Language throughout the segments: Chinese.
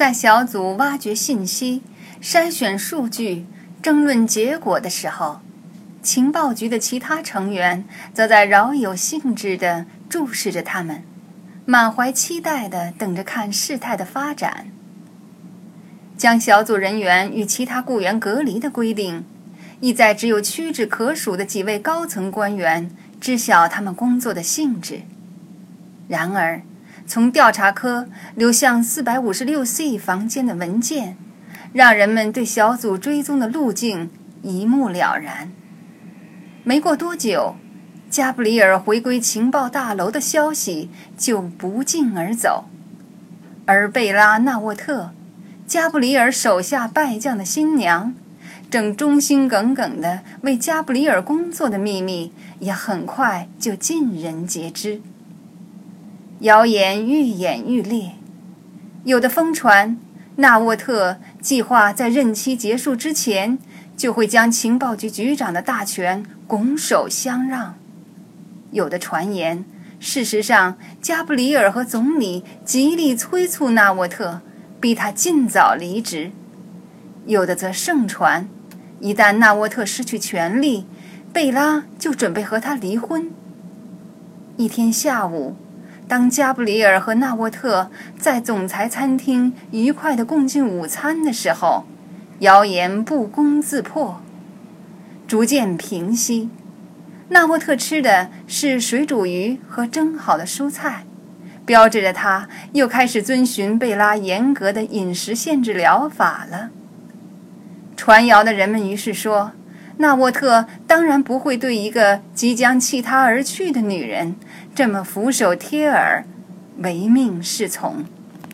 在小组挖掘信息、筛选数据、争论结果的时候，情报局的其他成员则在饶有兴致地注视着他们，满怀期待地等着看事态的发展。将小组人员与其他雇员隔离的规定，意在只有屈指可数的几位高层官员知晓他们工作的性质。然而，从调查科流向456C 房间的文件，让人们对小组追踪的路径一目了然。没过多久，加布里尔回归情报大楼的消息就不胫而走，而贝拉·纳沃特，加布里尔手下败将的新娘，正忠心耿耿地为加布里尔工作的秘密也很快就尽人皆知。谣言愈演愈烈，有的疯传纳沃特计划在任期结束之前就会将情报局局长的大权拱手相让。有的传言，事实上加布里尔和总理极力催促纳沃特，逼他尽早离职。有的则盛传，一旦纳沃特失去权力，贝拉就准备和他离婚。一天下午，当加布里尔和纳沃特在总裁餐厅愉快地共进午餐的时候，谣言不攻自破，逐渐平息。纳沃特吃的是水煮鱼和蒸好的蔬菜，标志着他又开始遵循贝拉严格的饮食限制疗法了。传谣的人们于是说，纳沃特当然不会对一个即将弃他而去的女人这么俯首帖耳、唯命是从。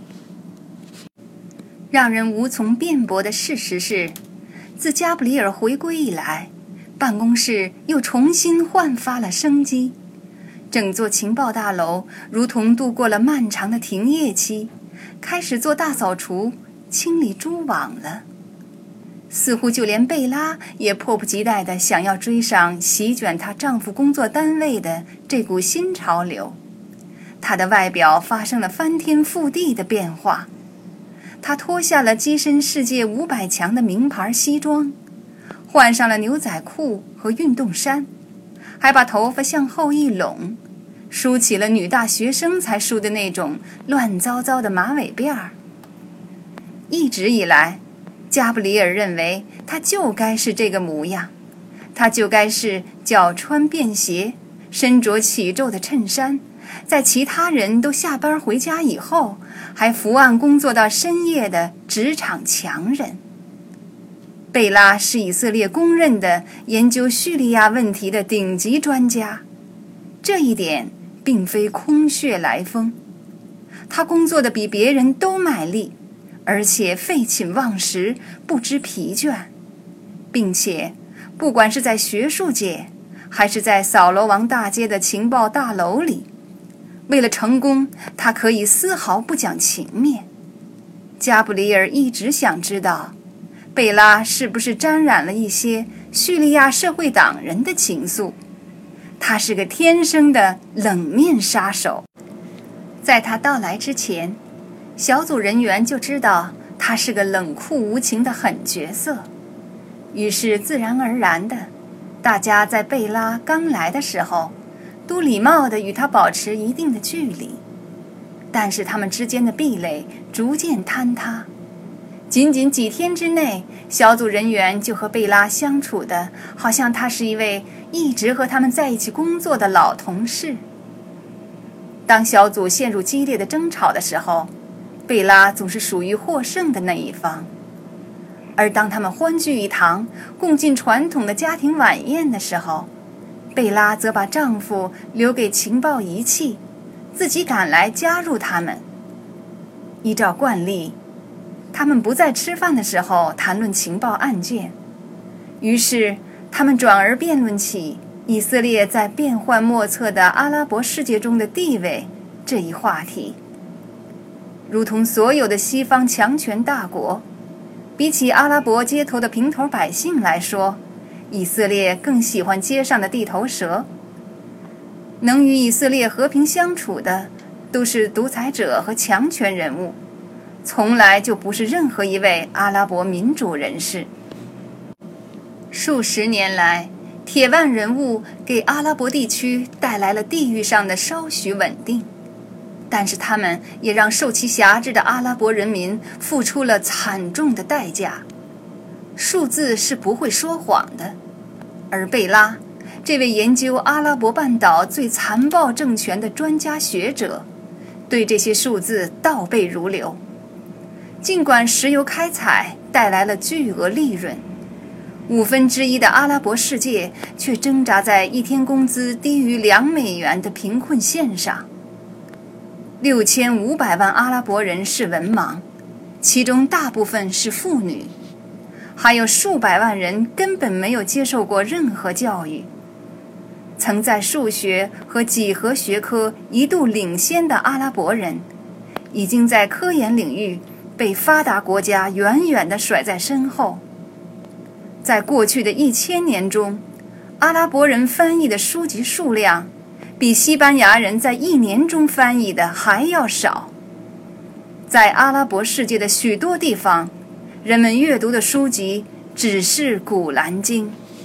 让人无从辩驳的事实是，自加布里尔回归以来，办公室又重新焕发了生机。整座情报大楼如同度过了漫长的停业期，开始做大扫除、清理蛛网了。似乎就连贝拉也迫不及待地想要追上席卷她丈夫工作单位的这股新潮流。她的外表发生了翻天覆地的变化，她脱下了跻身世界500强的名牌西装，换上了牛仔裤和运动衫，还把头发向后一拢，梳起了女大学生才梳的那种乱糟糟的马尾辫儿。一直以来，加布里尔认为他就该是这个模样，他就该是脚穿便鞋，身着起皱的衬衫，在其他人都下班回家以后，还伏案工作到深夜的职场强人。贝拉是以色列公认的研究叙利亚问题的顶级专家，这一点并非空穴来风。他工作的比别人都卖力，而且废寝忘食，不知疲倦，并且不管是在学术界还是在扫罗王大街的情报大楼里，为了成功，他可以丝毫不讲情面。加布里尔一直想知道，贝拉是不是沾染了一些叙利亚社会党人的情愫。他是个天生的冷面杀手。在他到来之前，小组人员就知道他是个冷酷无情的狠角色，于是自然而然的，大家在贝拉刚来的时候都礼貌地与他保持一定的距离。但是他们之间的壁垒逐渐坍塌，仅仅几天之内，小组人员就和贝拉相处的好像他是一位一直和他们在一起工作的老同事。当小组陷入激烈的争吵的时候，贝拉总是属于获胜的那一方，而当他们欢聚一堂，共进传统的家庭晚宴的时候，贝拉则把丈夫留给情报仪器，自己赶来加入他们。依照惯例，他们不在吃饭的时候谈论情报案件，于是他们转而辩论起以色列在变幻莫测的阿拉伯世界中的地位这一话题。如同所有的西方强权大国，比起阿拉伯街头的平头百姓来说，以色列更喜欢街上的地头蛇。能与以色列和平相处的都是独裁者和强权人物， 从来就不是任何一位阿拉伯民主人士。数十年来，铁腕人物给阿拉伯地区带来了地域上的稍许稳定，但是他们也让受其辖制的阿拉伯人民付出了惨重的代价。数字是不会说谎的，而贝拉，这位研究阿拉伯半岛最残暴政权的专家学者，对这些数字倒背如流。尽管石油开采带来了巨额利润，1/5的阿拉伯世界却挣扎在一天工资低于$2的贫困线上。6500万阿拉伯人是文盲，其中大部分是妇女，还有数百万人根本没有接受过任何教育。曾在数学和几何学科一度领先的阿拉伯人，已经在科研领域被发达国家远远地甩在身后。在过去的1000年中，阿拉伯人翻译的书籍数量比西班牙人在1年中翻译的还要少。在阿拉伯世界的许多地方，人们阅读的书籍只是《古兰经》。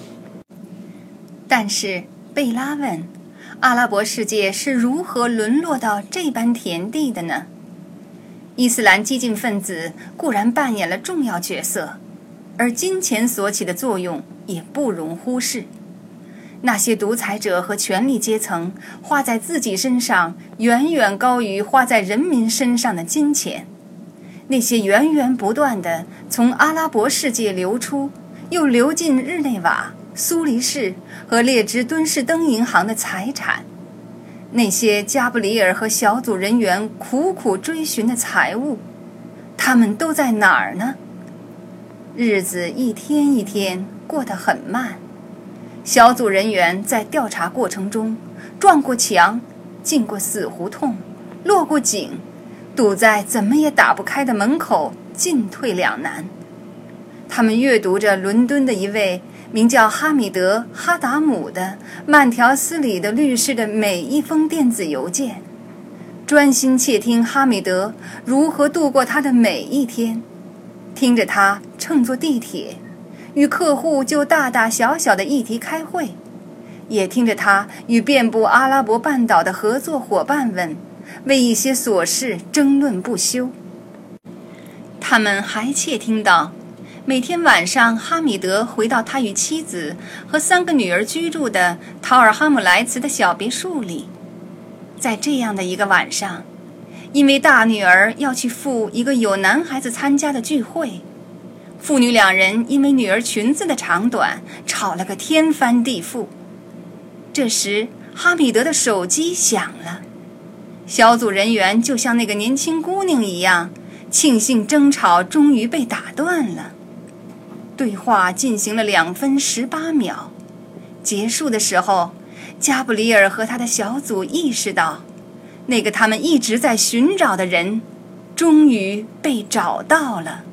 但是贝拉问，阿拉伯世界是如何沦落到这般田地的呢？伊斯兰激进分子固然扮演了重要角色，而金钱所起的作用也不容忽视。那些独裁者和权力阶层花在自己身上远远高于花在人民身上的金钱，那些源源不断地从阿拉伯世界流出又流进日内瓦、苏黎世和列支敦士登银行的财产，那些加布里尔和小组人员苦苦追寻的财物，他们都在哪儿呢？日子一天一天过得很慢，小组人员在调查过程中撞过墙，进过死胡同，落过井，堵在怎么也打不开的门口，进退两难。他们阅读着伦敦的一位名叫哈米德·哈达姆的慢条斯理的律师的每一封电子邮件，专心窃听哈米德如何度过他的每一天，听着他乘坐地铁与客户就大大小小的议题开会，也听着他与遍布阿拉伯半岛的合作伙伴们为一些琐事争论不休。他们还窃听到每天晚上哈米德回到他与妻子和3个女儿居住的陶尔哈姆莱茨的小别墅里。在这样的一个晚上，因为大女儿要去赴一个有男孩子参加的聚会，父女2人因为女儿裙子的长短吵了个天翻地覆。这时哈米德的手机响了，小组人员就像那个年轻姑娘一样，庆幸争吵终于被打断了。对话进行了2分18秒，结束的时候，加布里尔和他的小组意识到，那个他们一直在寻找的人终于被找到了。